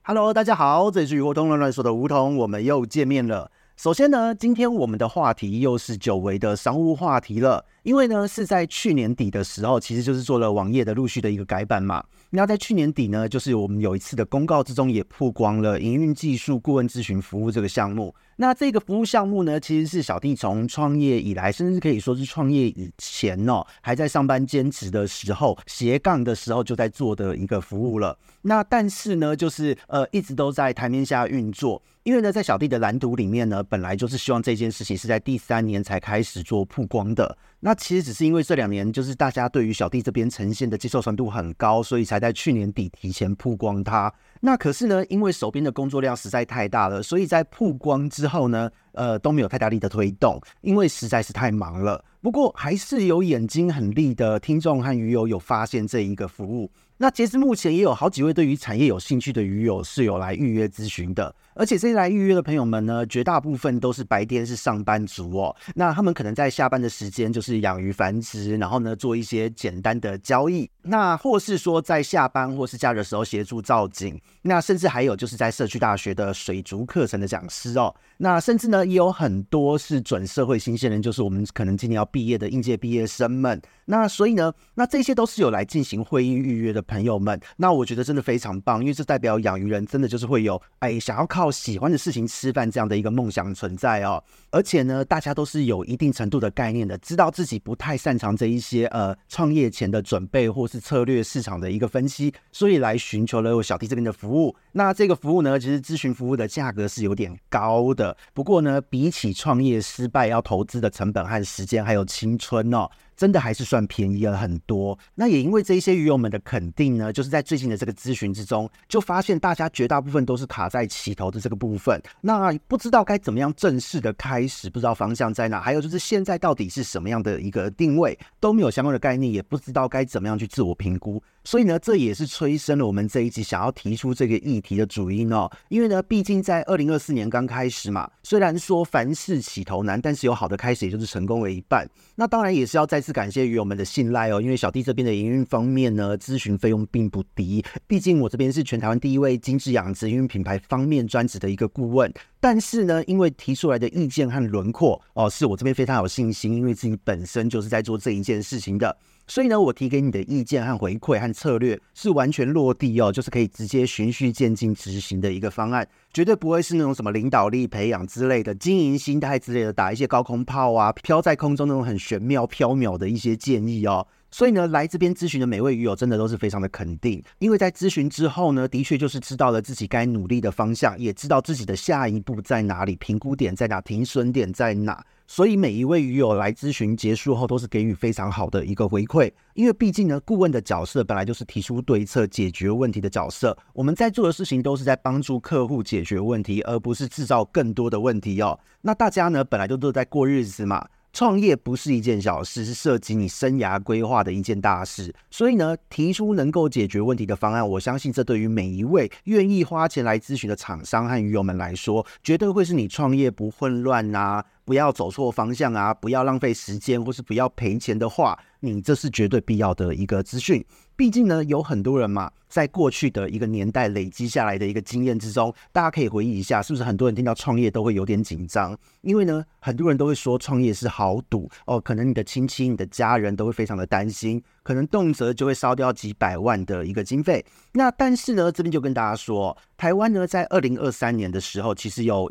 Hello， 大家好，这里是鱼活通乱乱说的梧桐，我们又见面了。首先呢，今天我们的话题又是久违的商务话题了，因为呢是在去年底的时候，其实就是做了网页的陆续的一个改版嘛。那在去年底呢，就是我们有一次的公告之中也曝光了营运技术顾问咨询服务这个项目。那这个服务项目呢，其实是小弟从创业以来，甚至可以说是创业以前还在上班兼职的时候，斜杠的时候就在做的一个服务了。那但是呢，就是一直都在台面下运作。因为呢，在小弟的蓝图里面呢，本来就是希望这件事情是在第3年才开始做曝光的。那其实只是因为这2年，就是大家对于小弟这边呈现的接受程度很高，所以才在去年底提前曝光它。那可是呢，因为手边的工作量实在太大了，所以在曝光之后呢，都没有太大力的推动，因为实在是太忙了。不过还是有眼睛很利的听众和鱼友有发现这一个服务。那截至目前也有好几位对于产业有兴趣的鱼友是有来预约咨询的，而且这些来预约的朋友们呢，绝大部分都是白天是上班族哦。那他们可能在下班的时间就是养鱼繁殖，然后呢做一些简单的交易，那或是说在下班或是假日的时候协助造景，那甚至还有就是在社区大学的水族课程的讲师哦。那甚至呢也有很多是准社会新鲜人，就是我们可能今年要毕业的应届毕业生们。那所以呢，那这些都是有来进行会议预约的朋友们，那我觉得真的非常棒，因为这代表养鱼人真的就是会有想要靠喜欢的事情吃饭这样的一个梦想存在哦。而且呢，大家都是有一定程度的概念的，知道自己不太擅长这一些创业前的准备或是策略市场的一个分析，所以来寻求了我小弟这边的服务。那这个服务呢，其实咨询服务的价格是有点高的，不过呢，比起创业失败要投资的成本和时间还有青春真的还是算便宜了很多。那也因为这一些鱼友们的肯定呢，就是在最近的这个咨询之中，就发现大家绝大部分都是卡在起头的这个部分，那不知道该怎么样正式的开始，不知道方向在哪，还有就是现在到底是什么样的一个定位，都没有相关的概念，也不知道该怎么样去自我评估。所以呢，这也是催生了我们这一集想要提出这个议题的主因哦。因为呢，毕竟在2024年刚开始嘛，虽然说凡事起头难，但是有好的开始，也就是成功为一半。那当然也是要再次感谢鱼友们的信赖哦，因为小弟这边的营运方面呢，咨询费用并不低，毕竟我这边是全台湾第一位精致养殖营运品牌方面专职的一个顾问。但是呢，因为提出来的意见和轮廓是我这边非常有信心，因为自己本身就是在做这一件事情的。所以呢，我提给你的意见和回馈和策略是完全落地就是可以直接循序渐进执行的一个方案，绝对不会是那种什么领导力培养之类的、经营心态之类的，打一些高空炮啊、飘在空中那种很玄妙缥缈的一些建议哦。所以呢，来这边咨询的每位鱼友真的都是非常的肯定，因为在咨询之后呢，的确就是知道了自己该努力的方向，也知道自己的下一步在哪里，评估点在哪，停损点在哪。所以每一位鱼友来咨询结束后都是给予非常好的一个回馈，因为毕竟呢，顾问的角色本来就是提出对策、解决问题的角色，我们在做的事情都是在帮助客户解决问题，而不是制造更多的问题哦。那大家呢，本来都在过日子嘛。创业不是一件小事，是涉及你生涯规划的一件大事。所以呢，提出能够解决问题的方案，我相信这对于每一位愿意花钱来咨询的厂商和鱼友们来说，绝对会是你创业不混乱啊，不要走错方向啊，不要浪费时间，或是不要赔钱的话，你这是绝对必要的一个资讯。毕竟呢，有很多人嘛，在过去的一个年代累积下来的一个经验之中，大家可以回忆一下，是不是很多人听到创业都会有点紧张？因为呢，很多人都会说创业是豪赌可能你的亲戚、你的家人都会非常的担心，可能动辄就会烧掉几百万的一个经费。那但是呢，这边就跟大家说，台湾呢在2023年的时候，其实有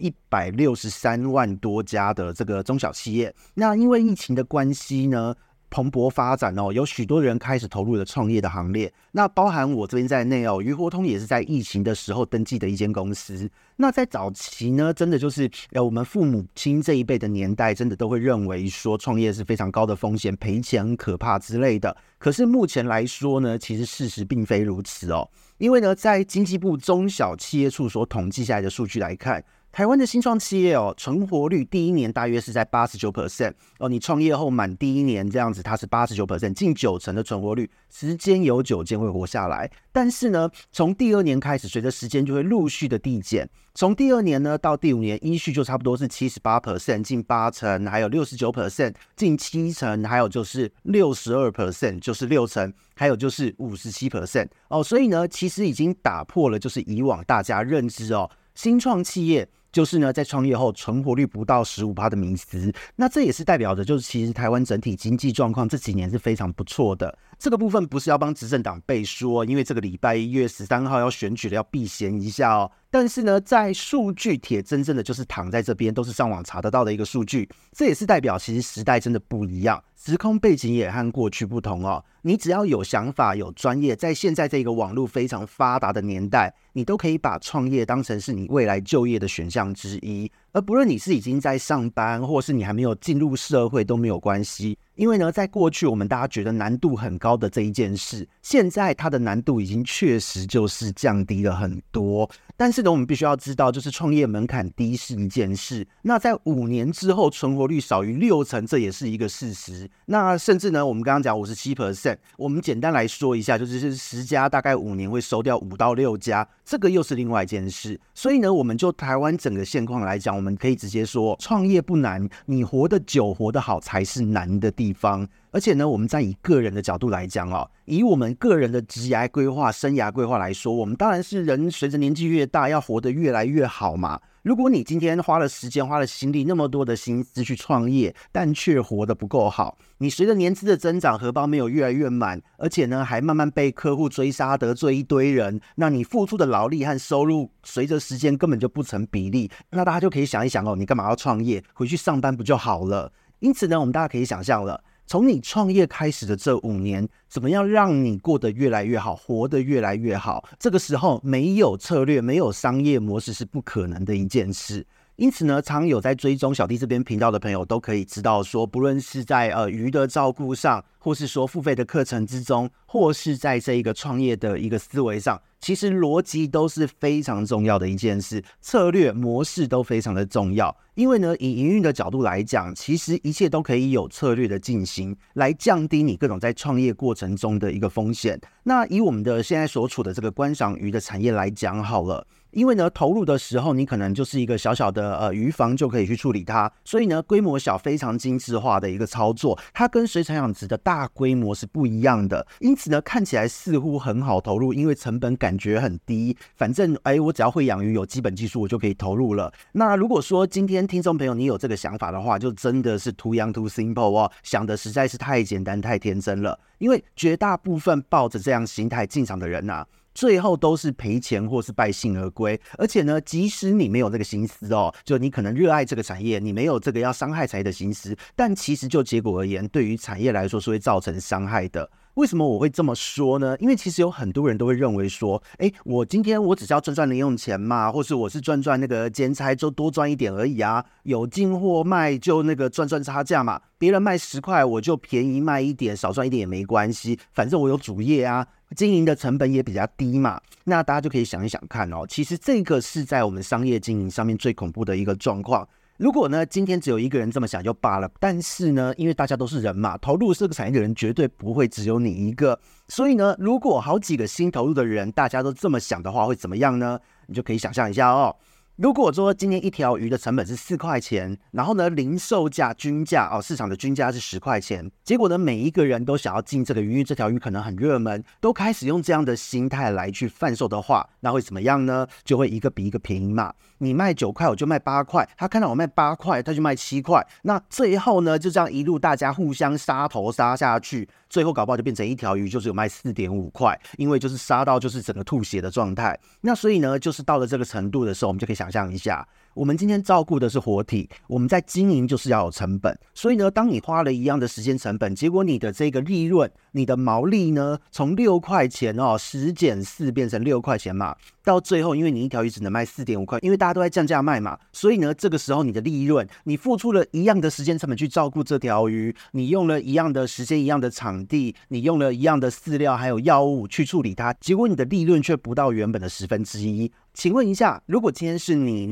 163万多家的这个中小企业。那因为疫情的关系呢，蓬勃发展有许多人开始投入了创业的行列，那包含我这边在内鱼活通也是在疫情的时候登记的一间公司。那在早期呢，真的就是我们父母亲这一辈的年代，真的都会认为说创业是非常高的风险，赔钱很可怕之类的。可是目前来说呢，其实事实并非如此因为呢，在经济部中小企业处所统计下来的数据来看， 台湾的新创企业存活率第一年大约是在 89%， 你创业后满第一年这样子，它是 89%， 近90%的存活率，时间有9间会活下来。但是呢，从第2年开始，随着时间就会陆续的递减，从第2年呢到第5年，依序就差不多是 78%， 近80%，还有 69%， 近70%，还有就是 62%， 就是60%，还有就是 57%。所以呢，其实已经打破了就是以往大家认知新创企业就是呢，在创业后存活率不到 15% 的迷思。那这也是代表着，就是其实台湾整体经济状况这几年是非常不错的。这个部分不是要帮执政党背书因为这个礼拜1月13号要选举了，要避嫌一下但是呢，在数据铁铮铮的，就是躺在这边，都是上网查得到的一个数据。这也是代表，其实时代真的不一样，时空背景也和过去不同你只要有想法、有专业，在现在这个网络非常发达的年代，你都可以把创业当成是你未来就业的选项之一。而不论你是已经在上班，或是你还没有进入社会都没有关系。因为呢，在过去我们大家觉得难度很高的这一件事，现在它的难度已经确实就是降低了很多。但是呢，我们必须要知道，就是创业门槛低是一件事，那在5年之后存活率少于60%，这也是一个事实。那甚至呢，我们刚刚讲 57%， 我们简单来说一下，就是10家大概5年会收掉5到6家，这个又是另外一件事。所以呢，我们就台湾整个现况来讲，我们可以直接说，创业不难，你活得久活得好才是难的地方。而且呢，我们再以个人的角度来讲以我们个人的职业规划、生涯规划来说，我们当然是人随着年纪越大，要活得越来越好嘛。如果你今天花了时间、花了心力，那么多的心思去创业，但却活得不够好，你随着年资的增长，荷包没有越来越满，而且呢，还慢慢被客户追杀，得罪一堆人，那你付出的劳力和收入随着时间根本就不成比例。那大家就可以想一想你干嘛要创业？回去上班不就好了？因此呢，我们大家可以想象了，从你创业开始的这5年，怎么样让你过得越来越好，活得越来越好？这个时候没有策略，没有商业模式是不可能的一件事。因此呢，常有在追踪小弟这边频道的朋友都可以知道说，不论是在鱼的照顾上，或是说付费的课程之中，或是在这一个创业的一个思维上，其实逻辑都是非常重要的一件事，策略模式都非常的重要。因为呢，以营运的角度来讲，其实一切都可以有策略的进行，来降低你各种在创业过程中的一个风险。那以我们的现在所处的这个观赏鱼的产业来讲好了，因为呢，投入的时候你可能就是一个小小的鱼房就可以去处理它，所以呢，规模小非常精致化的一个操作，它跟水产养殖的大规模是不一样的。因此呢，看起来似乎很好投入，因为成本感觉很低，反正我只要会养鱼，有基本技术我就可以投入了。那如果说今天听众朋友你有这个想法的话，就真的是 too young too simple 想的实在是太简单太天真了。因为绝大部分抱着这样心态进场的人最后都是赔钱或是败兴而归。而且呢，即使你没有这个心思就你可能热爱这个产业，你没有这个要伤害产业的心思，但其实就结果而言，对于产业来说是会造成伤害的。为什么我会这么说呢？因为其实有很多人都会认为说，我今天我只是要赚零用钱嘛，或是我是赚那个兼差，就多赚一点而已啊，有进货卖就那个赚差价嘛，别人卖10块我就便宜卖一点，少赚一点也没关系，反正我有主业啊，经营的成本也比较低嘛。那大家就可以想一想看其实这个是在我们商业经营上面最恐怖的一个状况。如果呢，今天只有一个人这么想就罢了，但是呢，因为大家都是人嘛，投入这个产业的人绝对不会只有你一个，所以呢，如果好几个新投入的人大家都这么想的话，会怎么样呢？你就可以想象一下如果说今天一条鱼的成本是4块钱，然后呢，零售价均价市场的均价是10块钱，结果呢，每一个人都想要进这个鱼，因为这条鱼可能很热门，都开始用这样的心态来去贩售的话，那会怎么样呢？就会一个比一个便宜嘛。你卖9块，我就卖8块，他看到我卖8块，他就卖7块，那最后呢，就这样一路大家互相杀头杀下去，最后搞不好就变成一条鱼就只有卖 4.5 块，因为就是杀到就是整个吐血的状态。那所以呢，就是到了这个程度的时候，我们就可以想象一下，我们今天照顾的是活体，我们在经营就是要有成本，所以呢，当你花了一样的时间成本，结果你的这个利润，你的毛利呢，从6块钱10减4变成6块钱嘛，到最后因为你一条鱼只能卖 4.5 块，因为大家都在降价卖嘛，所以呢，这个时候你的利润，你付出了一样的时间成本去照顾这条鱼，你用了一样的时间一样的场地，你用了一样的饲料还有药物去处理它，结果你的利润却不到原本的1/10。请问一下，如果今天是你能够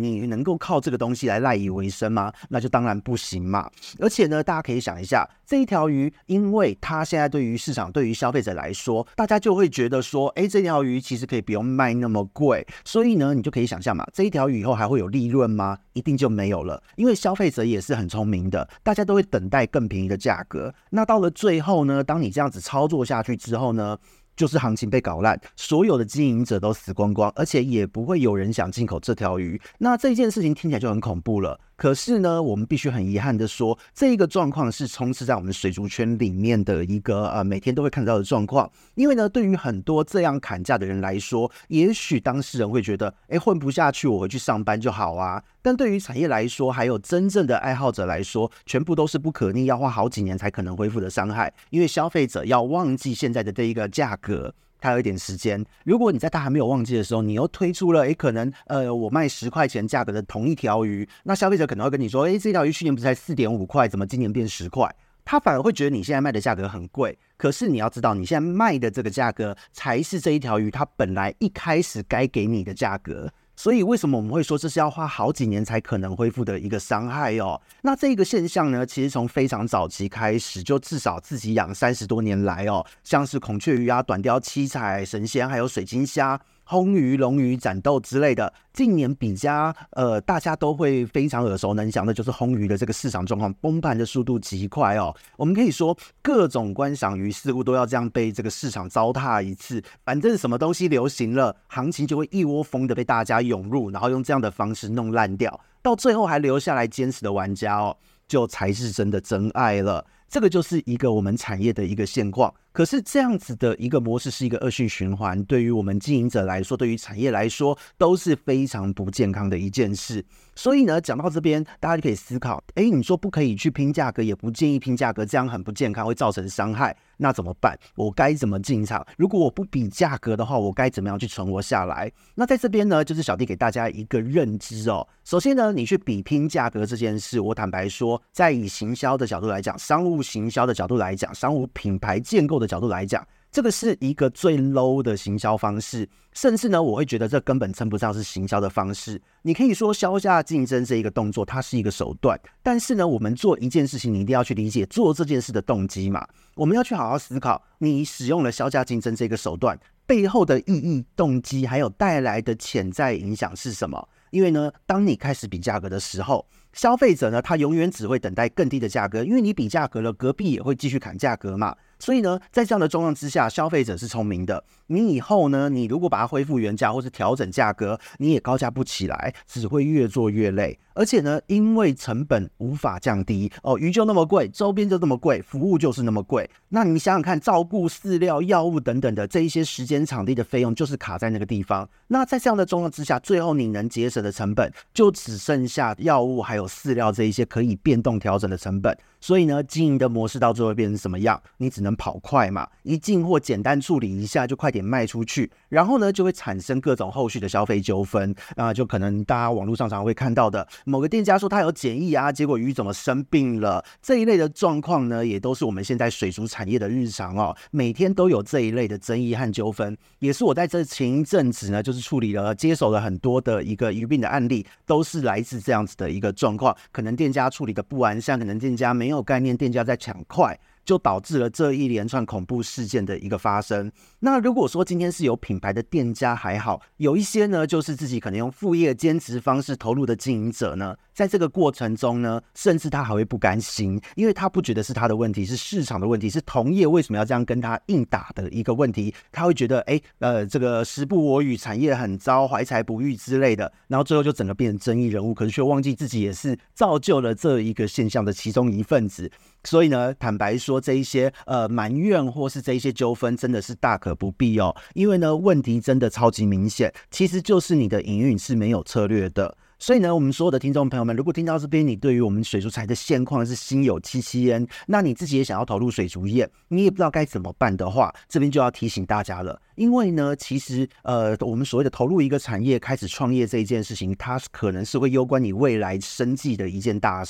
够靠这个东西来赖以为生吗？那就当然不行嘛。而且呢，大家可以想一下，这一条鱼，因为它现在对于市场、对于消费者来说，大家就会觉得说，这条鱼其实可以不用卖那么贵，所以呢，你就可以想象嘛，这一条鱼以后还会有利润吗？一定就没有了，因为消费者也是很聪明的，大家都会等待更便宜的价格。那到了最后呢，当你这样子操作下去之后呢，就是行情被搞烂，所有的经营者都死光光，而且也不会有人想进口这条鱼。那这件事情听起来就很恐怖了。可是呢，我们必须很遗憾的说，这一个状况是充斥在我们水族圈里面的一个每天都会看到的状况。因为呢，对于很多这样砍价的人来说，也许当事人会觉得，混不下去，我回去上班就好啊。但对于产业来说，还有真正的爱好者来说，全部都是不可逆，要花好几年才可能恢复的伤害。因为消费者要忘记现在的这一个价格，它有一点时间。如果你在他还没有忘记的时候，你又推出了可能我卖10块钱价格的同一条鱼，那消费者可能会跟你说，这条鱼去年不是才4.5块，怎么今年变10块？他反而会觉得你现在卖的价格很贵。可是你要知道，你现在卖的这个价格才是这一条鱼它本来一开始该给你的价格。所以为什么我们会说这是要花好几年才可能恢复的一个伤害哦？那这个现象呢，其实从非常早期开始，就至少自己养30多年来哦，像是孔雀鱼啊、短鲷、七彩、神仙，还有水晶虾、烘鱼、龙鱼、斩豆之类的，近年比较大家都会非常耳熟能详的，就是烘鱼的这个市场状况崩盘的速度极快哦。我们可以说，各种观赏鱼似乎都要这样被这个市场糟蹋一次。反正什么东西流行了，行情就会一窝蜂的被大家涌入，然后用这样的方式弄烂掉，到最后还留下来坚持的玩家哦，就才是真的真爱了。这个就是一个我们产业的一个现况。可是这样子的一个模式是一个恶性循环，对于我们经营者来说，对于产业来说都是非常不健康的一件事。所以呢，讲到这边，大家就可以思考，你说不可以去拼价格，也不建议拼价格，这样很不健康，会造成伤害，那怎么办？我该怎么进场？如果我不比价格的话，我该怎么样去存活下来？那在这边呢，就是小弟给大家一个认知哦。首先呢，你去比拼价格这件事，我坦白说，在以行销的角度来讲，商务行销的角度来讲，商务品牌建构的角度来讲，这个是一个最 low 的行销方式，甚至呢，我会觉得这根本称不上是行销的方式。你可以说销价竞争这一个动作，它是一个手段，但是呢，我们做一件事情，你一定要去理解做这件事的动机嘛。我们要去好好思考，你使用了销价竞争这个手段背后的意义、动机，还有带来的潜在影响是什么？因为呢，当你开始比价格的时候，消费者呢，他永远只会等待更低的价格，因为你比价格了，隔壁也会继续砍价格嘛。所以呢，在这样的状况之下，消费者是聪明的。你以后呢，你如果把它恢复原价或是调整价格，你也高价不起来，只会越做越累。而且呢，因为成本无法降低鱼就那么贵，周边就那么贵，服务就是那么贵。那你想想看，照顾、饲料、药物等等的这一些时间、场地的费用，就是卡在那个地方。那在这样的状况之下，最后你能节省的成本，就只剩下药物还有饲料这一些可以变动调整的成本。所以呢，经营的模式到最后变成什么样？你只能跑快嘛，一进货简单处理一下就快点卖出去，然后呢就会产生各种后续的消费纠纷就可能大家网络上常会看到的某个店家说他有检疫啊，结果鱼怎么生病了，这一类的状况呢，也都是我们现在水族产业的日常哦，每天都有这一类的争议和纠纷，也是我在这前一阵子呢，就是接手了很多的一个鱼病的案例，都是来自这样子的一个状况，可能店家处理的不完善，可能店家没有概念，店家在抢快，就导致了这一连串恐怖事件的一个发生。那如果说今天是有品牌的店家还好，有一些呢就是自己可能用副业兼职方式投入的经营者呢，在这个过程中呢，甚至他还会不甘心，因为他不觉得是他的问题，是市场的问题，是同业为什么要这样跟他硬打的一个问题。他会觉得这个时不我与，产业很糟，怀才不遇之类的，然后最后就整个变成争议人物，可是却忘记自己也是造就了这一个现象的其中一份子。所以呢，坦白说，这一些埋怨或是这一些纠纷真的是大可不必哦，因为呢，问题真的超级明显，其实就是你的营运是没有策略的。所以呢，我们所有的听众朋友们，如果听到这边，你对于我们水族产业的现况是心有戚戚焉，那你自己也想要投入水族业，你也不知道该怎么办的话，这边就要提醒大家了。因为呢，其实我们所谓的投入一个产业开始创业这一件事情，它可能是会攸关你未来生计的一件大事。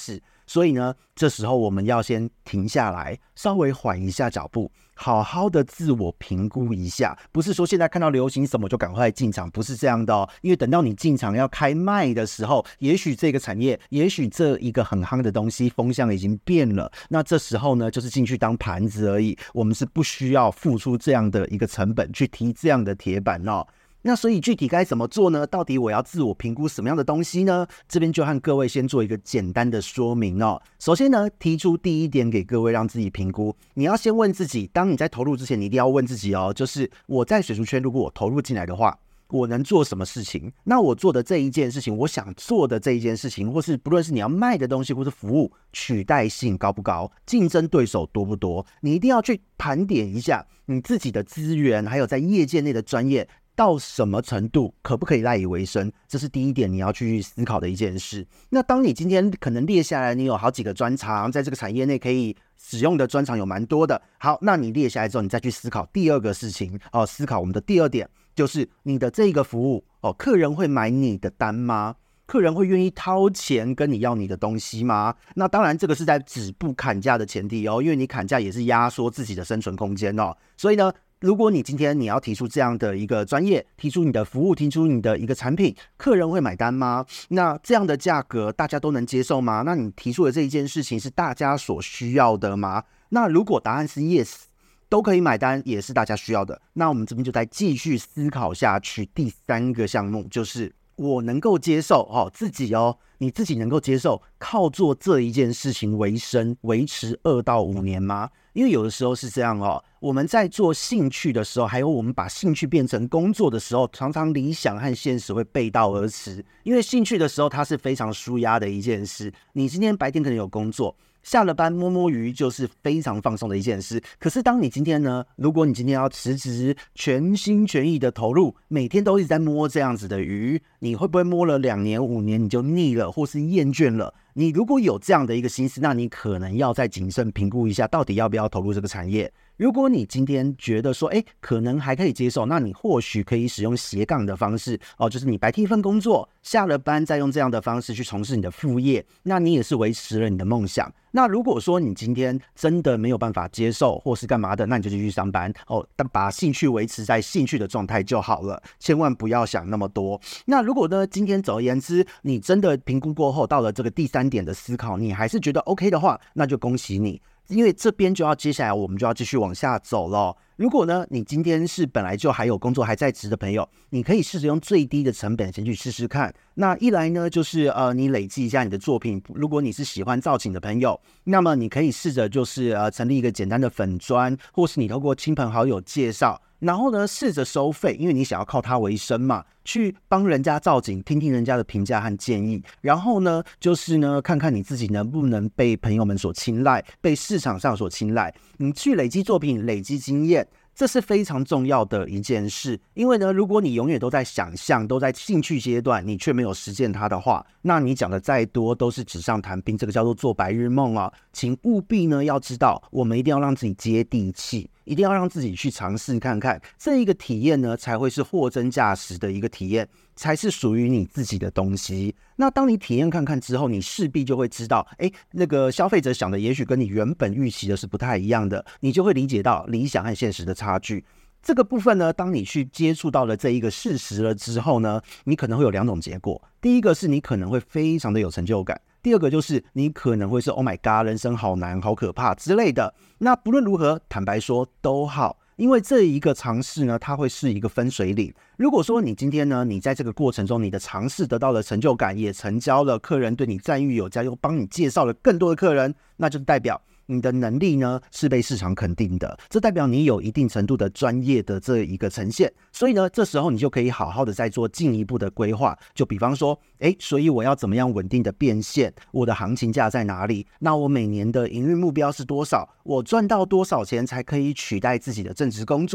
所以呢，这时候我们要先停下来，稍微缓一下脚步，好好的自我评估一下，不是说现在看到流行什么就赶快进场，不是这样的哦。因为等到你进场要开卖的时候，也许这个产业，也许这一个很夯的东西风向已经变了，那这时候呢，就是进去当盘子而已，我们是不需要付出这样的一个成本去提这样的铁板哦。那所以具体该怎么做呢？到底我要自我评估什么样的东西呢？这边就和各位先做一个简单的说明哦。首先呢，提出第一点给各位让自己评估，你要先问自己，当你在投入之前，你一定要问自己哦，就是我在水族圈如果我投入进来的话，我能做什么事情？那我做的这一件事情，我想做的这一件事情，或是不论是你要卖的东西或是服务，取代性高不高，竞争对手多不多，你一定要去盘点一下你自己的资源，还有在业界内的专业到什么程度可不可以赖以为生，这是第一点你要去思考的一件事。那当你今天可能列下来，你有好几个专长，在这个产业内可以使用的专长有蛮多的，好，那你列下来之后，你再去思考第二个事情哦，思考我们的第二点，就是你的这个服务哦，客人会买你的单吗？客人会愿意掏钱跟你要你的东西吗？那当然，这个是在止步砍价的前提哦，因为你砍价也是压缩自己的生存空间哦。所以呢，如果你今天你要提出这样的一个专业，提出你的服务，提出你的一个产品，客人会买单吗？那这样的价格大家都能接受吗？那你提出的这一件事情是大家所需要的吗？那如果答案是 yes，都可以买单，也是大家需要的，那我们这边就再继续思考下去。第三个项目就是我能够接受你自己能够接受靠做这一件事情为生，维持2到5年吗？因为有的时候是这样哦，我们在做兴趣的时候，还有我们把兴趣变成工作的时候，常常理想和现实会背道而驰。因为兴趣的时候，它是非常抒压的一件事。你今天白天可能有工作，下了班摸摸鱼就是非常放松的一件事。可是当你今天呢，如果你今天要辞职，全心全意的投入，每天都一直在摸这样子的鱼，你会不会摸了2年5年你就腻了，或是厌倦了？你如果有这样的一个心思，那你可能要再谨慎评估一下，到底要不要投入这个产业。如果你今天觉得说，可能还可以接受，那你或许可以使用斜杠的方式哦，就是你白天一份工作，下了班再用这样的方式去从事你的副业，那你也是维持了你的梦想。那如果说你今天真的没有办法接受，或是干嘛的，那你就继续上班哦，但把兴趣维持在兴趣的状态就好了，千万不要想那么多。那如果呢，今天总而言之，你真的评估过后，到了这个第3点的思考，你还是觉得 OK 的话，那就恭喜你。因为这边就要接下来我们就要继续往下走了。如果呢，你今天是本来就还有工作还在职的朋友，你可以试着用最低的成本先去试试看。那一来呢，就是你累积一下你的作品。如果你是喜欢造景的朋友，那么你可以试着就是成立一个简单的粉专，或是你透过亲朋好友介绍，然后呢试着收费，因为你想要靠它为生嘛，去帮人家造景，听听人家的评价和建议，然后呢就是呢看看你自己能不能被朋友们所青睐，被市场上所青睐，你去累积作品，累积经验，这是非常重要的一件事。因为呢，如果你永远都在想象，都在兴趣阶段，你却没有实践它的话，那你讲的再多都是纸上谈兵，这个叫做做白日梦啊。请务必呢要知道，我们一定要让自己接地气，一定要让自己去尝试看看，这一个体验呢才会是货真价实的一个体验，才是属于你自己的东西。那当你体验看看之后，你势必就会知道，那个消费者想的也许跟你原本预期的是不太一样的，你就会理解到理想和现实的差距。这个部分呢，当你去接触到了这一个事实了之后呢，你可能会有2种结果。第一个是你可能会非常的有成就感，第二个就是你可能会是 Oh my God， 人生好难好可怕之类的。那不论如何，坦白说都好，因为这一个尝试呢，它会是一个分水岭。如果说你今天呢，你在这个过程中，你的尝试得到了成就感，也成交了客人对你赞誉有加，又帮你介绍了更多的客人，那就代表你的能力呢是被市场肯定的，这代表你有一定程度的专业的这一个呈现。所以呢，这时候你就可以好好的再做进一步的规划，就比方说所以我要怎么样稳定的变现，我的行情价在哪里，那我每年的营运目标是多少，我赚到多少钱才可以取代自己的正职工作，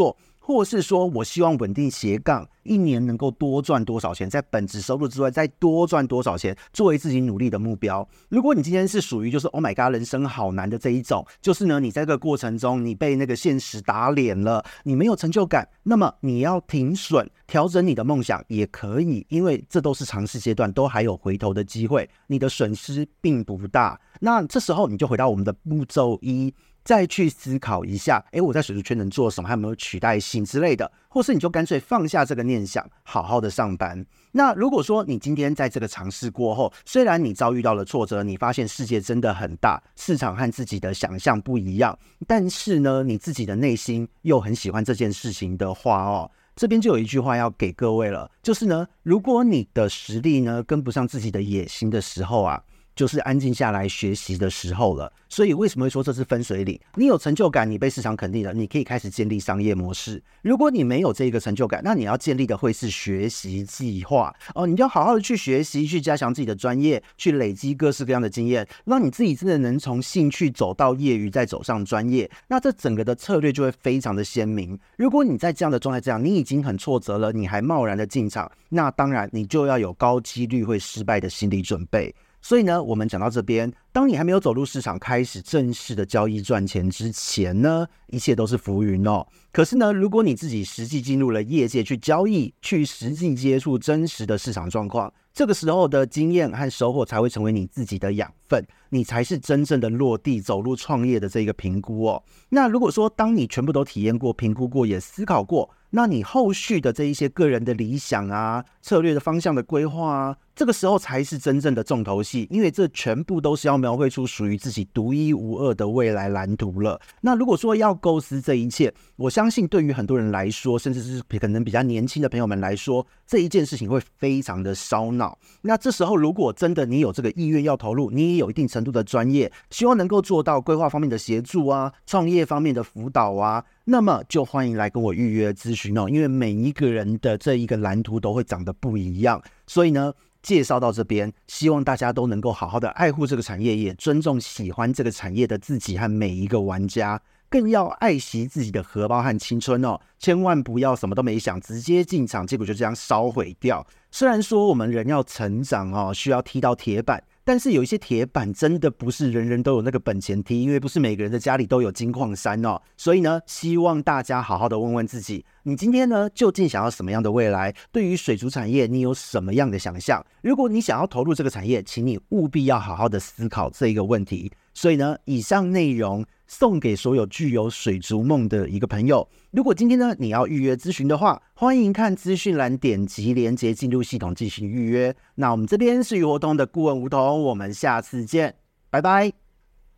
或是说我希望稳定斜杠，一年能够多赚多少钱，在本职收入之外再多赚多少钱，作为自己努力的目标。如果你今天是属于就是 Oh my god 人生好难的这一种，就是呢你在这个过程中你被那个现实打脸了，你没有成就感，那么你要停损，调整你的梦想也可以，因为这都是尝试阶段，都还有回头的机会，你的损失并不大。那这时候你就回到我们的步骤1，再去思考一下，我在水族圈能做什么，还有没有取代性之类的，或是你就干脆放下这个念想，好好的上班。那如果说你今天在这个尝试过后，虽然你遭遇到了挫折，你发现世界真的很大，市场和自己的想象不一样，但是呢，你自己的内心又很喜欢这件事情的话这边就有一句话要给各位了，就是呢，如果你的实力呢跟不上自己的野心的时候就是安静下来学习的时候了。所以为什么会说这是分水岭？你有成就感，你被市场肯定了，你可以开始建立商业模式。如果你没有这个成就感，那你要建立的会是学习计划你就要好好的去学习，去加强自己的专业，去累积各式各样的经验，让你自己真的能从兴趣走到业余，再走上专业。那这整个的策略就会非常的鲜明。如果你在这样的状态下，你已经很挫折了，你还贸然的进场，那当然你就要有高几率会失败的心理准备。所以呢，我们讲到这边，当你还没有走入市场，开始正式的交易赚钱之前呢，一切都是浮云可是呢，如果你自己实际进入了业界去交易，去实际接触真实的市场状况，这个时候的经验和收获才会成为你自己的养分，你才是真正的落地走入创业的这个评估那如果说当你全部都体验过、评估过、也思考过，那你后续的这一些个人的理想策略的方向的规划这个时候才是真正的重头戏，因为这全部都是要描绘出属于自己独一无二的未来蓝图了。那如果说要构思这一切，我相信对于很多人来说，甚至是可能比较年轻的朋友们来说，这一件事情会非常的烧脑。那这时候如果真的你有这个意愿要投入，你也有一定程度的专业，希望能够做到规划方面的协助创业方面的辅导那么就欢迎来跟我预约咨询因为每一个人的这一个蓝图都会长得不一样，所以呢介绍到这边，希望大家都能够好好的爱护这个产业，也尊重喜欢这个产业的自己和每一个玩家，更要爱惜自己的荷包和青春千万不要什么都没想直接进场，结果就这样烧毁掉。虽然说我们人要成长需要踢到铁板，但是有一些铁板真的不是人人都有那个本钱踢，因为不是每个人的家里都有金矿山所以呢，希望大家好好的问问自己，你今天呢究竟想要什么样的未来？对于水族产业你有什么样的想象？如果你想要投入这个产业，请你务必要好好的思考这一个问题。所以呢，以上内容送给所有具有水族梦的一个朋友。如果今天呢你要预约咨询的话，欢迎看资讯栏点击连结进入系统进行预约。那我们这边是鱼活通的顾问吴桐，我们下次见，拜拜。